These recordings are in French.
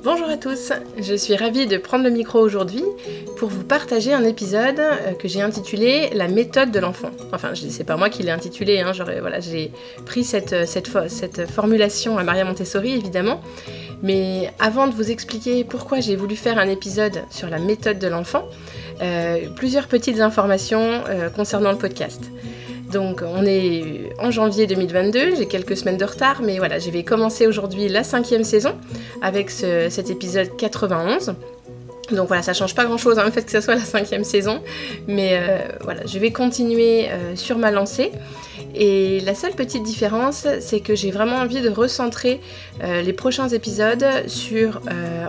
Bonjour à tous, je suis ravie de prendre le micro aujourd'hui pour vous partager un épisode que j'ai intitulé « La méthode de l'enfant ». Enfin, c'est pas moi qui l'ai intitulé, hein, j'ai pris cette formulation à Maria Montessori évidemment. Mais avant de vous expliquer pourquoi j'ai voulu faire un épisode sur la méthode de l'enfant, plusieurs petites informations concernant le podcast. Donc on est en janvier 2022, j'ai quelques semaines de retard, mais voilà, je vais commencer aujourd'hui la 5e saison avec cet épisode 91. Donc voilà, ça change pas grand chose, hein, le fait que ça soit la 5e saison, mais voilà, je vais continuer sur ma lancée. Et la seule petite différence, c'est que j'ai vraiment envie de recentrer les prochains épisodes sur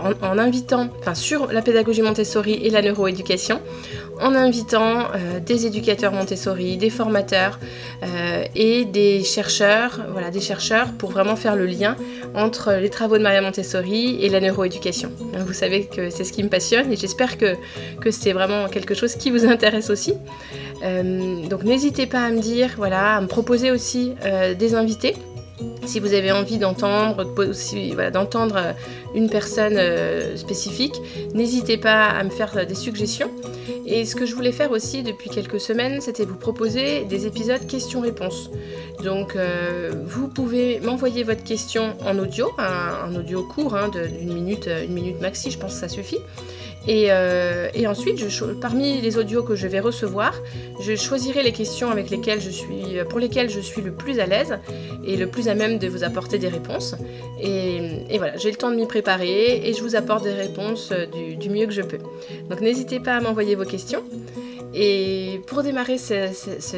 la pédagogie Montessori et la neuroéducation, en invitant des éducateurs Montessori, des formateurs et des chercheurs pour vraiment faire le lien entre les travaux de Maria Montessori et la neuroéducation. Vous savez que c'est ce qui me passionne et j'espère que c'est vraiment quelque chose qui vous intéresse aussi. Donc n'hésitez pas à me dire, à me proposer aussi des invités. Si vous avez envie d'entendre une personne spécifique, n'hésitez pas à me faire des suggestions. Et ce que je voulais faire aussi depuis quelques semaines, c'était vous proposer des épisodes questions-réponses. Donc vous pouvez m'envoyer votre question en audio, un audio court d'une minute, une minute maxi, je pense que ça suffit. Et ensuite, parmi les audios que je vais recevoir, je choisirai les questions pour lesquelles je suis le plus à l'aise et le plus à même de vous apporter des réponses. Et voilà, j'ai le temps de m'y préparer et je vous apporte des réponses du mieux que je peux. Donc n'hésitez pas à m'envoyer vos questions. Et pour démarrer cette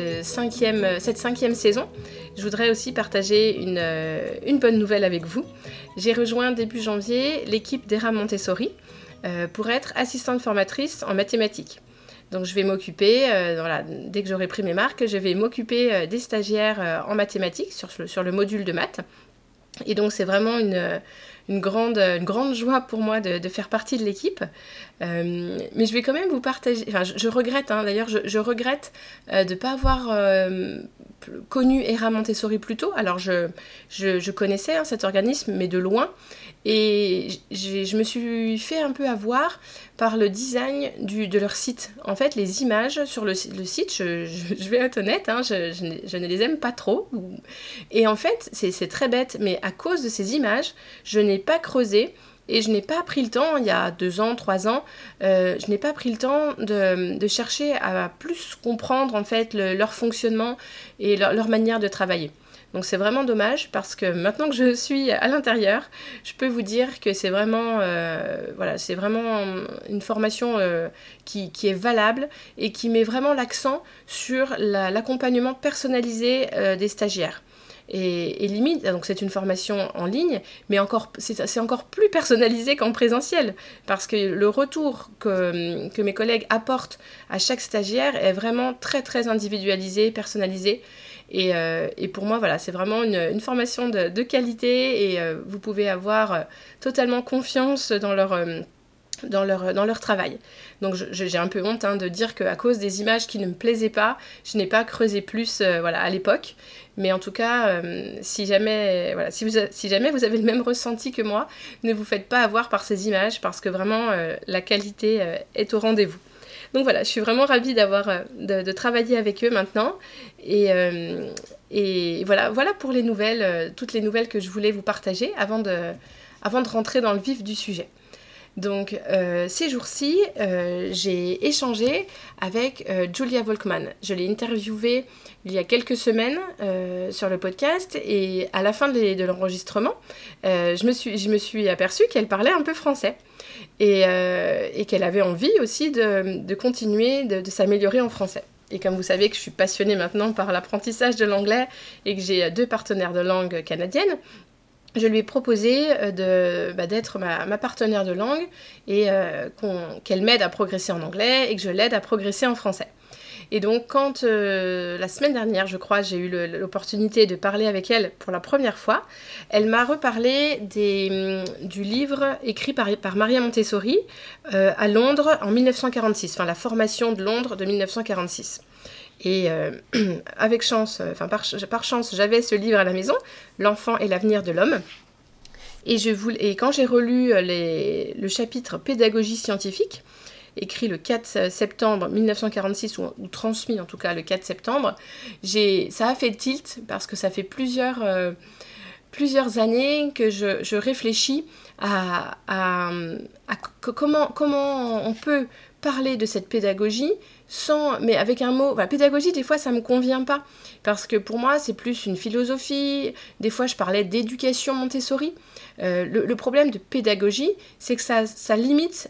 5e saison, je voudrais aussi partager une bonne nouvelle avec vous. J'ai rejoint début janvier l'équipe d'Era Montessori pour être assistante formatrice en mathématiques. Donc je vais m'occuper, dès que j'aurai pris mes marques, je vais m'occuper des stagiaires en mathématiques sur le module de maths. Et donc c'est vraiment une grande joie pour moi de faire partie de l'équipe. Mais je vais quand même vous partager... Enfin, je regrette, d'ailleurs, je regrette de ne pas avoir connu Era Montessori plus tôt. Alors je connaissais cet organisme, mais de loin. Et je me suis fait un peu avoir par le design de leur site. En fait, les images sur le site, je vais être honnête, je ne les aime pas trop. Et en fait, c'est très bête, mais à cause de ces images, je n'ai pas creusé et je n'ai pas pris le temps, il y a 2 ans, 3 ans, je n'ai pas pris le temps de chercher à plus comprendre en fait leur fonctionnement et leur manière de travailler. Donc c'est vraiment dommage parce que maintenant que je suis à l'intérieur, je peux vous dire que c'est vraiment une formation qui est valable et qui met vraiment l'accent sur l'accompagnement personnalisé des stagiaires. Et limite, donc c'est une formation en ligne, mais c'est encore plus personnalisé qu'en présentiel, parce que le retour que mes collègues apportent à chaque stagiaire est vraiment très très individualisé, personnalisé. Et pour moi, c'est vraiment une formation de qualité et vous pouvez avoir totalement confiance dans leur travail. Donc j'ai un peu honte de dire qu'à cause des images qui ne me plaisaient pas, je n'ai pas creusé plus à l'époque. Mais en tout cas, si jamais vous avez le même ressenti que moi, ne vous faites pas avoir par ces images parce que vraiment la qualité est au rendez-vous. Donc voilà, je suis vraiment ravie de travailler avec eux maintenant. Et voilà pour les nouvelles, toutes les nouvelles que je voulais vous partager avant de rentrer dans le vif du sujet. Donc ces jours-ci, j'ai échangé avec Julia Volkmann. Je l'ai interviewée il y a quelques semaines sur le podcast et à la fin de l'enregistrement, je me suis aperçue qu'elle parlait un peu français et qu'elle avait envie aussi de continuer de s'améliorer en français. Et comme vous savez que je suis passionnée maintenant par l'apprentissage de l'anglais et que j'ai 2 partenaires de langue canadiennes, je lui ai proposé d'être ma partenaire de langue et qu'elle m'aide à progresser en anglais et que je l'aide à progresser en français. Et donc quand la semaine dernière, je crois, j'ai eu l'opportunité de parler avec elle pour la première fois, elle m'a reparlé du livre écrit par Maria Montessori à Londres en 1946, la formation de Londres de 1946. Et avec chance, par chance, j'avais ce livre à la maison, L'enfant et l'avenir de l'homme. Et quand j'ai relu le chapitre pédagogie scientifique, écrit le 4 septembre 1946, ou transmis en tout cas le 4 septembre, ça a fait tilt parce que ça fait plusieurs années que je réfléchis à comment on peut parler de cette pédagogie mais avec un mot. Pédagogie, des fois, ça me convient pas. Parce que pour moi, c'est plus une philosophie. Des fois, je parlais d'éducation Montessori. Le problème de pédagogie, c'est que ça limite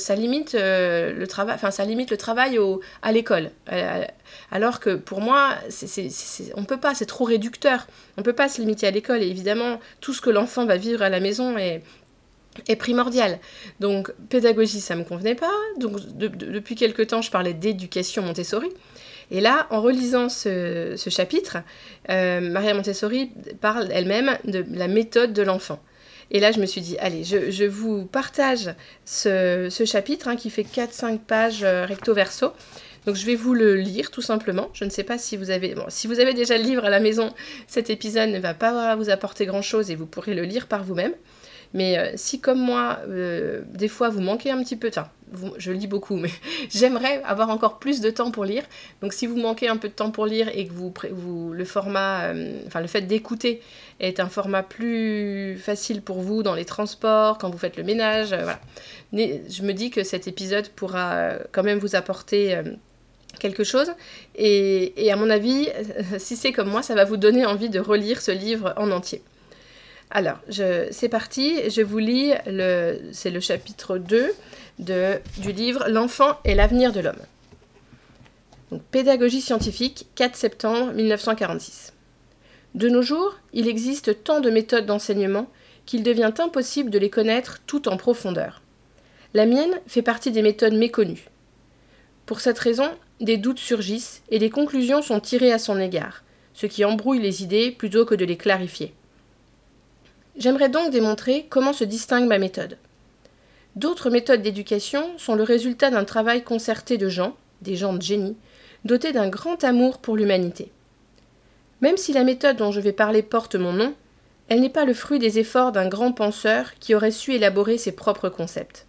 le travail. Enfin, ça limite le travail à l'école. Alors que pour moi, on peut pas. C'est trop réducteur. On peut pas se limiter à l'école. Et évidemment, tout ce que l'enfant va vivre à la maison est primordial. Donc, pédagogie, ça ne me convenait pas. Donc, depuis quelque temps, je parlais d'éducation Montessori. Et là, en relisant ce chapitre, Maria Montessori parle elle-même de la méthode de l'enfant. Et là, je me suis dit, allez, je vous partage ce chapitre qui fait 4-5 pages recto verso. Donc, je vais vous le lire tout simplement. Je ne sais pas si vous avez... Bon, si vous avez déjà le livre à la maison, cet épisode ne va pas vous apporter grand-chose et vous pourrez le lire par vous-même. Mais si comme moi, des fois vous manquez un petit peu, je lis beaucoup, mais j'aimerais avoir encore plus de temps pour lire. Donc si vous manquez un peu de temps pour lire et que le format, le fait d'écouter est un format plus facile pour vous dans les transports, quand vous faites le ménage, voilà. Je me dis que cet épisode pourra quand même vous apporter quelque chose. Et à mon avis, si c'est comme moi, ça va vous donner envie de relire ce livre en entier. Alors, c'est parti, je vous lis, c'est le chapitre 2 du livre « L'enfant et l'avenir de l'homme ». Donc, pédagogie scientifique, 4 septembre 1946. De nos jours, il existe tant de méthodes d'enseignement qu'il devient impossible de les connaître toutes en profondeur. La mienne fait partie des méthodes méconnues. Pour cette raison, des doutes surgissent et des conclusions sont tirées à son égard, ce qui embrouille les idées plutôt que de les clarifier. J'aimerais donc démontrer comment se distingue ma méthode. D'autres méthodes d'éducation sont le résultat d'un travail concerté de gens, des gens de génie, dotés d'un grand amour pour l'humanité. Même si la méthode dont je vais parler porte mon nom, elle n'est pas le fruit des efforts d'un grand penseur qui aurait su élaborer ses propres concepts.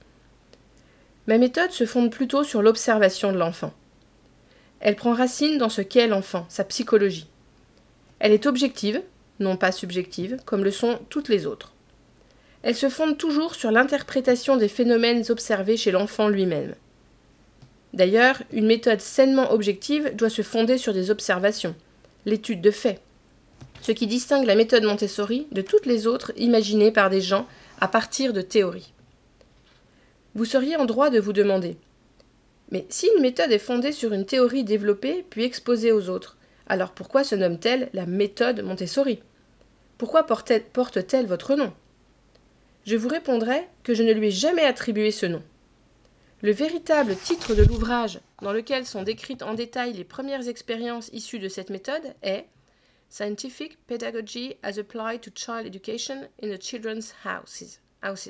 Ma méthode se fonde plutôt sur l'observation de l'enfant. Elle prend racine dans ce qu'est l'enfant, sa psychologie. Elle est objective, non pas subjective, comme le sont toutes les autres. Elle se fonde toujours sur l'interprétation des phénomènes observés chez l'enfant lui-même. D'ailleurs, une méthode sainement objective doit se fonder sur des observations, l'étude de faits, ce qui distingue la méthode Montessori de toutes les autres imaginées par des gens à partir de théories. Vous seriez en droit de vous demander « Mais si une méthode est fondée sur une théorie développée puis exposée aux autres, alors pourquoi se nomme-t-elle la méthode Montessori ? Pourquoi porte-t-elle votre nom ?» Je vous répondrai que je ne lui ai jamais attribué ce nom. Le véritable titre de l'ouvrage, dans lequel sont décrites en détail les premières expériences issues de cette méthode, est « Scientific Pedagogy as Applied to Child Education in the Children's Houses ».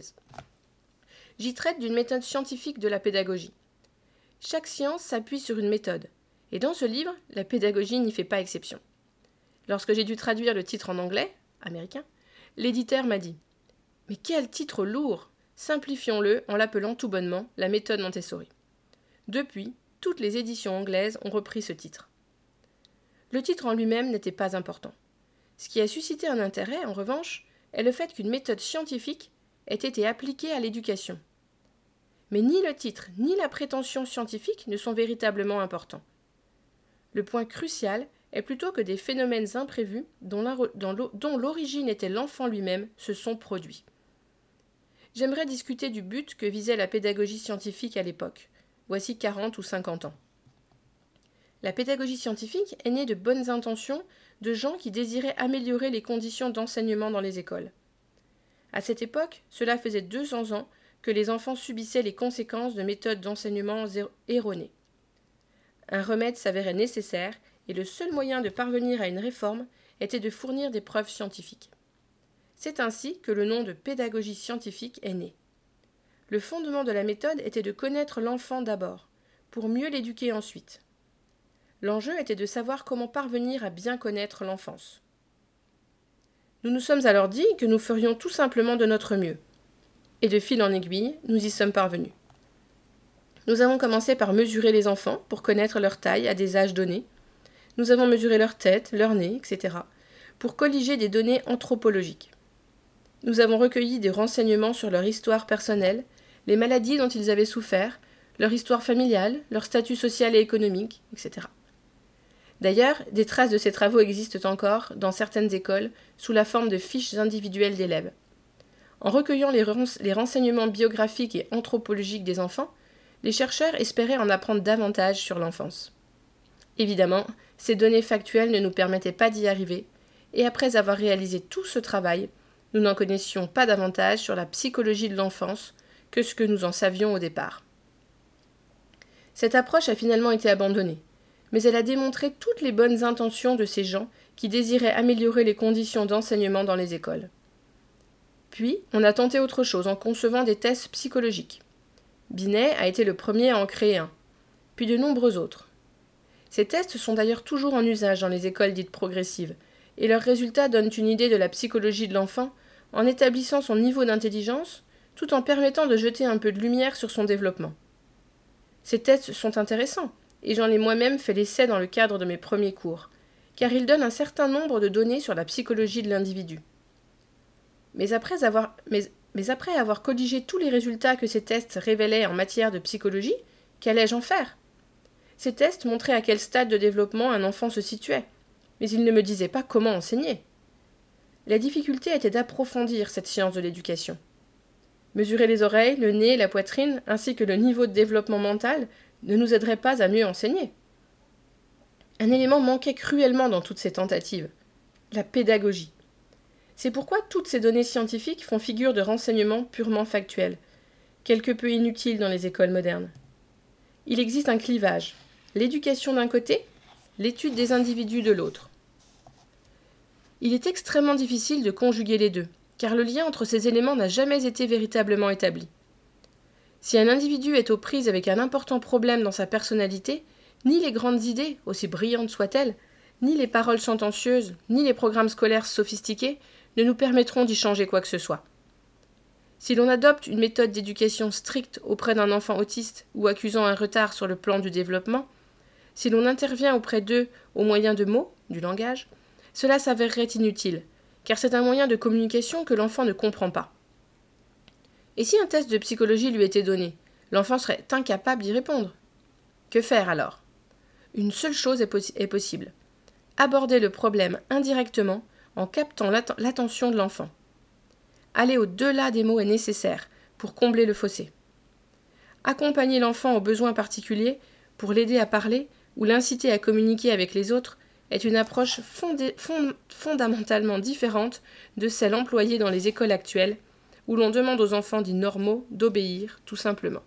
J'y traite d'une méthode scientifique de la pédagogie. Chaque science s'appuie sur une méthode, et dans ce livre, la pédagogie n'y fait pas exception. Lorsque j'ai dû traduire le titre en anglais, américain, l'éditeur m'a dit « Mais quel titre lourd ! Simplifions-le en l'appelant tout bonnement la méthode Montessori. » Depuis, toutes les éditions anglaises ont repris ce titre. Le titre en lui-même n'était pas important. Ce qui a suscité un intérêt, en revanche, est le fait qu'une méthode scientifique ait été appliquée à l'éducation. Mais ni le titre ni la prétention scientifique ne sont véritablement importants. Le point crucial est plutôt que des phénomènes imprévus dont l'origine était l'enfant lui-même se sont produits. J'aimerais discuter du but que visait la pédagogie scientifique à l'époque, voici 40 ou 50 ans. La pédagogie scientifique est née de bonnes intentions de gens qui désiraient améliorer les conditions d'enseignement dans les écoles. À cette époque, cela faisait 200 ans que les enfants subissaient les conséquences de méthodes d'enseignement erronées. Un remède s'avérait nécessaire et le seul moyen de parvenir à une réforme était de fournir des preuves scientifiques. C'est ainsi que le nom de pédagogie scientifique est né. Le fondement de la méthode était de connaître l'enfant d'abord, pour mieux l'éduquer ensuite. L'enjeu était de savoir comment parvenir à bien connaître l'enfance. Nous nous sommes alors dit que nous ferions tout simplement de notre mieux. Et de fil en aiguille, nous y sommes parvenus. Nous avons commencé par mesurer les enfants pour connaître leur taille à des âges donnés. Nous avons mesuré leur tête, leur nez, etc. pour colliger des données anthropologiques. Nous avons recueilli des renseignements sur leur histoire personnelle, les maladies dont ils avaient souffert, leur histoire familiale, leur statut social et économique, etc. D'ailleurs, des traces de ces travaux existent encore dans certaines écoles sous la forme de fiches individuelles d'élèves. En recueillant les renseignements biographiques et anthropologiques des enfants, les chercheurs espéraient en apprendre davantage sur l'enfance. Évidemment, ces données factuelles ne nous permettaient pas d'y arriver, et après avoir réalisé tout ce travail, nous n'en connaissions pas davantage sur la psychologie de l'enfance que ce que nous en savions au départ. Cette approche a finalement été abandonnée, mais elle a démontré toutes les bonnes intentions de ces gens qui désiraient améliorer les conditions d'enseignement dans les écoles. Puis, on a tenté autre chose en concevant des tests psychologiques. Binet a été le premier à en créer un, puis de nombreux autres. Ces tests sont d'ailleurs toujours en usage dans les écoles dites progressives, et leurs résultats donnent une idée de la psychologie de l'enfant en établissant son niveau d'intelligence, tout en permettant de jeter un peu de lumière sur son développement. Ces tests sont intéressants, et j'en ai moi-même fait l'essai dans le cadre de mes premiers cours, car ils donnent un certain nombre de données sur la psychologie de l'individu. Mais après avoir colligé tous les résultats que ces tests révélaient en matière de psychologie, qu'allais-je en faire ? Ces tests montraient à quel stade de développement un enfant se situait, mais ils ne me disaient pas comment enseigner. La difficulté était d'approfondir cette science de l'éducation. Mesurer les oreilles, le nez, la poitrine, ainsi que le niveau de développement mental ne nous aiderait pas à mieux enseigner. Un élément manquait cruellement dans toutes ces tentatives, la pédagogie. C'est pourquoi toutes ces données scientifiques font figure de renseignements purement factuels, quelque peu inutiles dans les écoles modernes. Il existe un clivage, l'éducation d'un côté, l'étude des individus de l'autre. Il est extrêmement difficile de conjuguer les deux, car le lien entre ces éléments n'a jamais été véritablement établi. Si un individu est aux prises avec un important problème dans sa personnalité, ni les grandes idées, aussi brillantes soient-elles, ni les paroles sentencieuses, ni les programmes scolaires sophistiqués ne nous permettront d'y changer quoi que ce soit. Si l'on adopte une méthode d'éducation stricte auprès d'un enfant autiste ou accusant un retard sur le plan du développement, si l'on intervient auprès d'eux au moyen de mots, du langage, cela s'avérerait inutile, car c'est un moyen de communication que l'enfant ne comprend pas. Et si un test de psychologie lui était donné, l'enfant serait incapable d'y répondre. Que faire alors ? Une seule chose est possible. Aborder le problème indirectement en captant l'attention de l'enfant. Aller au-delà des mots est nécessaire pour combler le fossé. Accompagner l'enfant aux besoins particuliers pour l'aider à parler ou l'inciter à communiquer avec les autres est une approche fondamentalement différente de celle employée dans les écoles actuelles, où l'on demande aux enfants dits normaux d'obéir, tout simplement.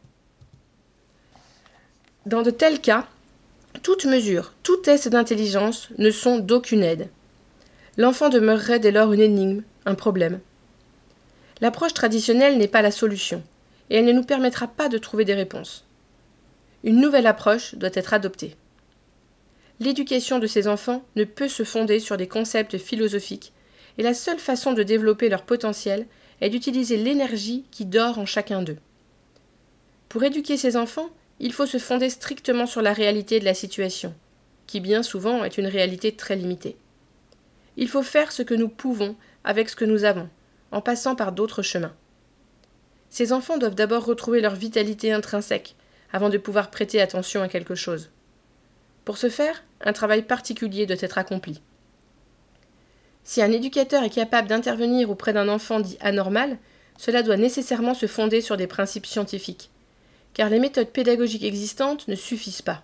Dans de tels cas, toute mesure, tout test d'intelligence ne sont d'aucune aide. L'enfant demeurerait dès lors une énigme, un problème. L'approche traditionnelle n'est pas la solution, et elle ne nous permettra pas de trouver des réponses. Une nouvelle approche doit être adoptée. L'éducation de ces enfants ne peut se fonder sur des concepts philosophiques, et la seule façon de développer leur potentiel est d'utiliser l'énergie qui dort en chacun d'eux. Pour éduquer ces enfants, il faut se fonder strictement sur la réalité de la situation, qui bien souvent est une réalité très limitée. Il faut faire ce que nous pouvons avec ce que nous avons, en passant par d'autres chemins. Ces enfants doivent d'abord retrouver leur vitalité intrinsèque, avant de pouvoir prêter attention à quelque chose. Pour ce faire, un travail particulier doit être accompli. Si un éducateur est capable d'intervenir auprès d'un enfant dit anormal, cela doit nécessairement se fonder sur des principes scientifiques, car les méthodes pédagogiques existantes ne suffisent pas.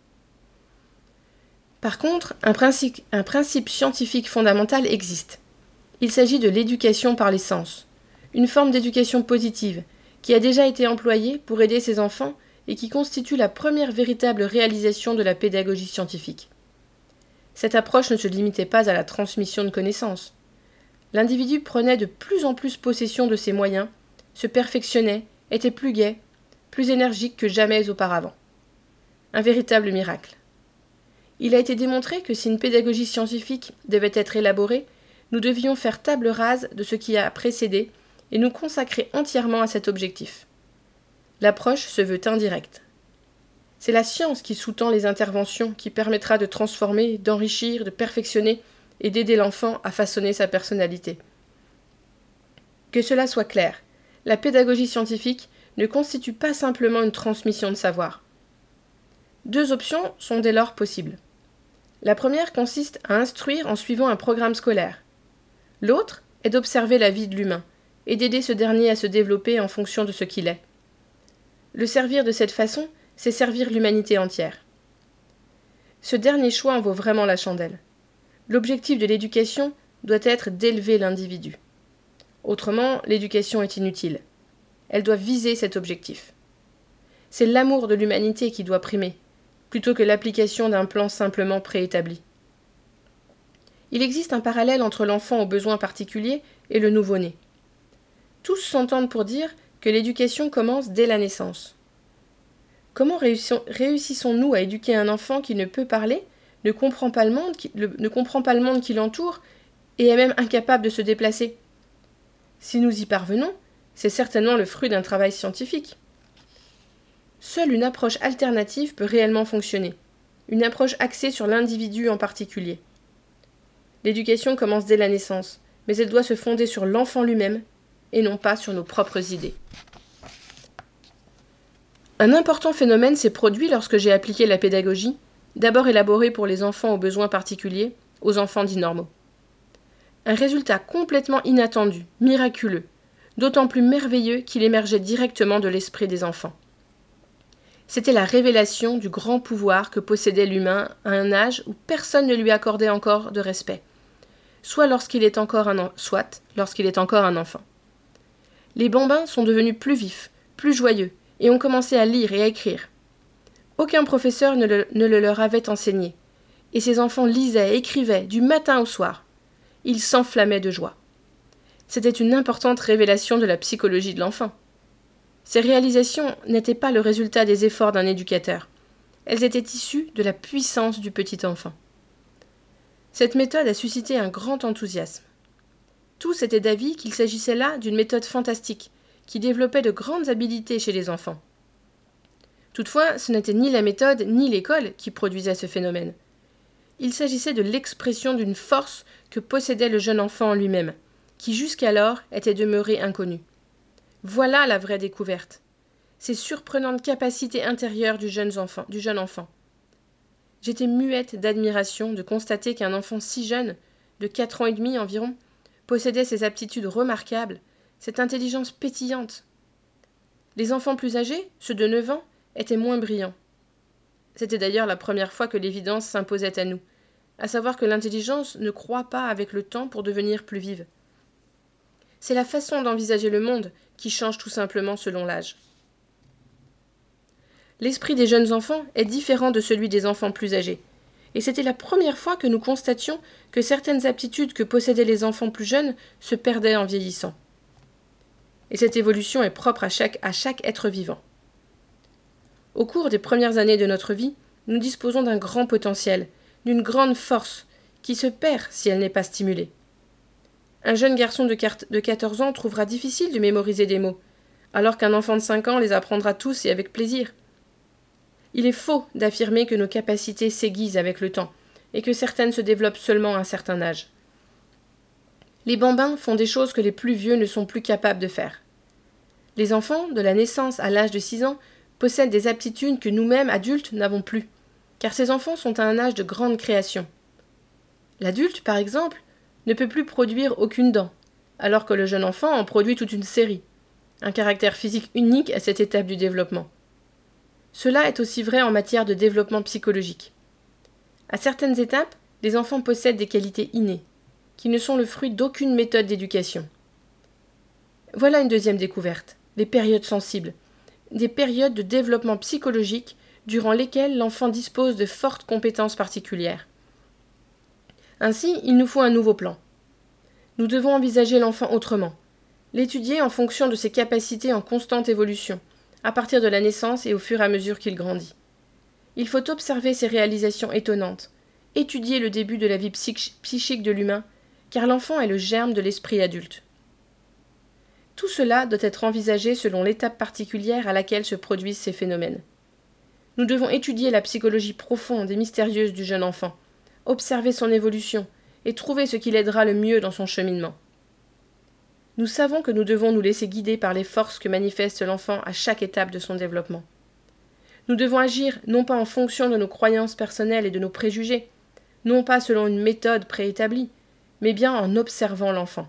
Par contre, un principe scientifique fondamental existe. Il s'agit de l'éducation par les sens, une forme d'éducation positive qui a déjà été employée pour aider ces enfants et qui constitue la première véritable réalisation de la pédagogie scientifique. Cette approche ne se limitait pas à la transmission de connaissances. L'individu prenait de plus en plus possession de ses moyens, se perfectionnait, était plus gai, plus énergique que jamais auparavant. Un véritable miracle. Il a été démontré que si une pédagogie scientifique devait être élaborée, nous devions faire table rase de ce qui a précédé et nous consacrer entièrement à cet objectif. L'approche se veut indirecte. C'est la science qui sous-tend les interventions, qui permettra de transformer, d'enrichir, de perfectionner et d'aider l'enfant à façonner sa personnalité. Que cela soit clair, la pédagogie scientifique ne constitue pas simplement une transmission de savoir. Deux options sont dès lors possibles. La première consiste à instruire en suivant un programme scolaire. L'autre est d'observer la vie de l'humain et d'aider ce dernier à se développer en fonction de ce qu'il est. Le servir de cette façon, c'est servir l'humanité entière. Ce dernier choix en vaut vraiment la chandelle. L'objectif de l'éducation doit être d'élever l'individu. Autrement, l'éducation est inutile. Elle doit viser cet objectif. C'est l'amour de l'humanité qui doit primer, plutôt que l'application d'un plan simplement préétabli. Il existe un parallèle entre l'enfant aux besoins particuliers et le nouveau-né. Tous s'entendent pour dire que l'éducation commence dès la naissance. Comment réussissons-nous à éduquer un enfant qui ne peut parler, ne comprend pas le monde qui l'entoure et est même incapable de se déplacer ? Si nous y parvenons, c'est certainement le fruit d'un travail scientifique. Seule une approche alternative peut réellement fonctionner, une approche axée sur l'individu en particulier. L'éducation commence dès la naissance, mais elle doit se fonder sur l'enfant lui-même et non pas sur nos propres idées. Un important phénomène s'est produit lorsque j'ai appliqué la pédagogie, d'abord élaborée pour les enfants aux besoins particuliers, aux enfants dits normaux. Un résultat complètement inattendu, miraculeux, d'autant plus merveilleux qu'il émergeait directement de l'esprit des enfants. C'était la révélation du grand pouvoir que possédait l'humain à un âge où personne ne lui accordait encore de respect, soit lorsqu'il est encore un enfant. Les bambins sont devenus plus vifs, plus joyeux, et ont commencé à lire et à écrire. Aucun professeur ne le leur avait enseigné, et ces enfants lisaient et écrivaient du matin au soir. Ils s'enflammaient de joie. C'était une importante révélation de la psychologie de l'enfant. Ces réalisations n'étaient pas le résultat des efforts d'un éducateur. Elles étaient issues de la puissance du petit enfant. Cette méthode a suscité un grand enthousiasme. Tous étaient d'avis qu'il s'agissait là d'une méthode fantastique, qui développait de grandes habiletés chez les enfants. Toutefois, ce n'était ni la méthode ni l'école qui produisaient ce phénomène. Il s'agissait de l'expression d'une force que possédait le jeune enfant en lui-même, qui jusqu'alors était demeurée inconnue. Voilà la vraie découverte. Ces surprenantes capacités intérieures du jeune enfant. J'étais muette d'admiration de constater qu'un enfant si jeune, de 4 ans et demi environ, possédait ces aptitudes remarquables, cette intelligence pétillante. Les enfants plus âgés, ceux de 9 ans, étaient moins brillants. C'était d'ailleurs la première fois que l'évidence s'imposait à nous, à savoir que l'intelligence ne croît pas avec le temps pour devenir plus vive. C'est la façon d'envisager le monde qui change tout simplement selon l'âge. L'esprit des jeunes enfants est différent de celui des enfants plus âgés, et c'était la première fois que nous constations que certaines aptitudes que possédaient les enfants plus jeunes se perdaient en vieillissant. Et cette évolution est propre à chaque être vivant. Au cours des premières années de notre vie, nous disposons d'un grand potentiel, d'une grande force, qui se perd si elle n'est pas stimulée. Un jeune garçon de 14 ans trouvera difficile de mémoriser des mots, alors qu'un enfant de 5 ans les apprendra tous et avec plaisir. Il est faux d'affirmer que nos capacités s'aiguisent avec le temps, et que certaines se développent seulement à un certain âge. Les bambins font des choses que les plus vieux ne sont plus capables de faire. Les enfants, de la naissance à l'âge de 6 ans, possèdent des aptitudes que nous-mêmes, adultes, n'avons plus, car ces enfants sont à un âge de grande création. L'adulte, par exemple, ne peut plus produire aucune dent, alors que le jeune enfant en produit toute une série, un caractère physique unique à cette étape du développement. Cela est aussi vrai en matière de développement psychologique. À certaines étapes, les enfants possèdent des qualités innées, qui ne sont le fruit d'aucune méthode d'éducation. Voilà une deuxième découverte, les périodes sensibles, des périodes de développement psychologique durant lesquelles l'enfant dispose de fortes compétences particulières. Ainsi, il nous faut un nouveau plan. Nous devons envisager l'enfant autrement, l'étudier en fonction de ses capacités en constante évolution, à partir de la naissance et au fur et à mesure qu'il grandit. Il faut observer ses réalisations étonnantes, étudier le début de la vie psychique de l'humain car l'enfant est le germe de l'esprit adulte. Tout cela doit être envisagé selon l'étape particulière à laquelle se produisent ces phénomènes. Nous devons étudier la psychologie profonde et mystérieuse du jeune enfant, observer son évolution et trouver ce qui l'aidera le mieux dans son cheminement. Nous savons que nous devons nous laisser guider par les forces que manifeste l'enfant à chaque étape de son développement. Nous devons agir non pas en fonction de nos croyances personnelles et de nos préjugés, non pas selon une méthode préétablie, mais bien en observant l'enfant.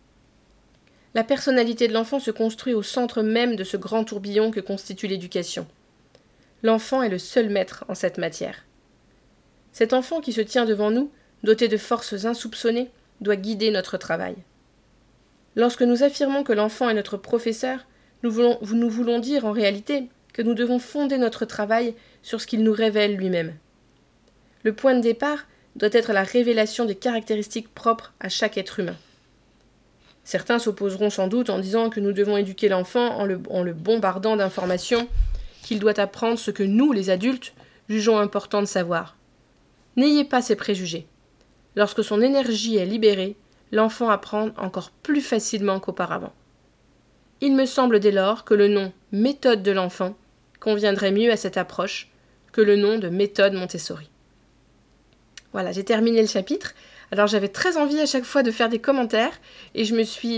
La personnalité de l'enfant se construit au centre même de ce grand tourbillon que constitue l'éducation. L'enfant est le seul maître en cette matière. Cet enfant qui se tient devant nous, doté de forces insoupçonnées, doit guider notre travail. Lorsque nous affirmons que l'enfant est notre professeur, nous voulons dire en réalité que nous devons fonder notre travail sur ce qu'il nous révèle lui-même. Le point de départ doit être la révélation des caractéristiques propres à chaque être humain. Certains s'opposeront sans doute en disant que nous devons éduquer l'enfant en le bombardant d'informations, qu'il doit apprendre ce que nous, les adultes, jugeons important de savoir. N'ayez pas ces préjugés. Lorsque son énergie est libérée, l'enfant apprend encore plus facilement qu'auparavant. Il me semble dès lors que le nom « méthode de l'enfant » conviendrait mieux à cette approche que le nom de méthode Montessori. Voilà, j'ai terminé le chapitre. Alors j'avais très envie à chaque fois de faire des commentaires et je me suis,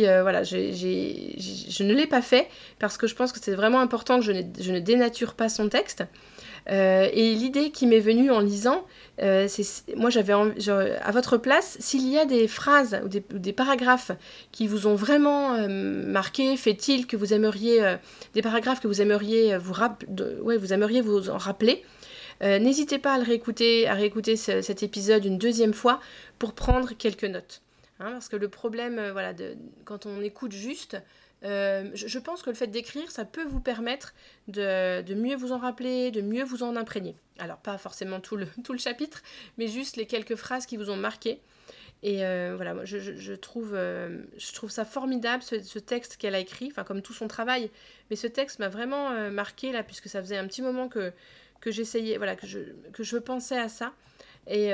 je ne l'ai pas fait parce que je pense que c'est vraiment important que je ne dénature pas son texte. Et l'idée qui m'est venue en lisant, moi j'avais à votre place, s'il y a des phrases ou des paragraphes qui vous ont vraiment marqué, fait tilt, que vous aimeriez, des paragraphes que vous aimeriez vous aimeriez vous en rappeler, n'hésitez pas à réécouter cet épisode une deuxième fois pour prendre quelques notes. Parce que le problème, quand on écoute juste, je pense que le fait d'écrire, ça peut vous permettre de mieux vous en rappeler, de mieux vous en imprégner. Alors, pas forcément tout le chapitre, mais juste les quelques phrases qui vous ont marqué. Et moi, je trouve ça formidable, ce texte qu'elle a écrit, comme tout son travail. Mais ce texte m'a vraiment marqué, là, puisque ça faisait un petit moment que j'essayais, que je pensais à ça. Et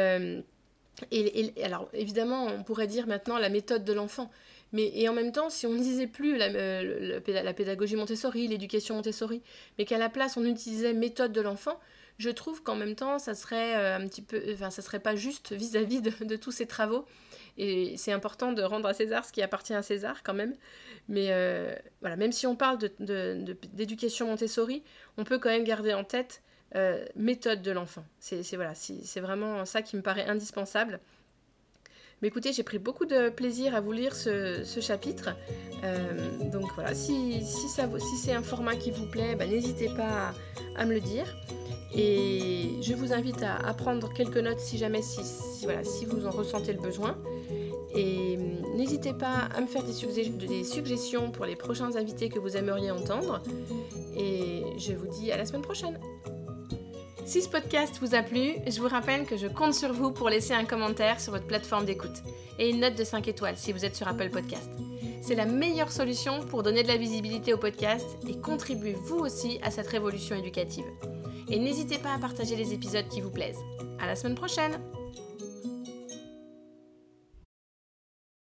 alors, évidemment, on pourrait dire maintenant la méthode de l'enfant. Et en même temps, si on ne disait plus la pédagogie Montessori, l'éducation Montessori, mais qu'à la place, on utilisait méthode de l'enfant, je trouve qu'en même temps, ça serait ça serait pas juste vis-à-vis de tous ces travaux. Et c'est important de rendre à César ce qui appartient à César quand même. Mais même si on parle d'éducation Montessori, on peut quand même garder en tête méthode de l'enfant. C'est vraiment ça qui me paraît indispensable. Mais écoutez, j'ai pris beaucoup de plaisir à vous lire ce chapitre. Donc voilà, si c'est un format qui vous plaît, n'hésitez pas à me le dire. Et je vous invite à prendre quelques notes si jamais, si vous en ressentez le besoin. Et n'hésitez pas à me faire des suggestions pour les prochains invités que vous aimeriez entendre. Et je vous dis à la semaine prochaine. Si ce podcast vous a plu, je vous rappelle que je compte sur vous pour laisser un commentaire sur votre plateforme d'écoute et une note de 5 étoiles si vous êtes sur Apple Podcast. C'est la meilleure solution pour donner de la visibilité au podcast et contribuer vous aussi à cette révolution éducative. Et n'hésitez pas à partager les épisodes qui vous plaisent. À la semaine prochaine!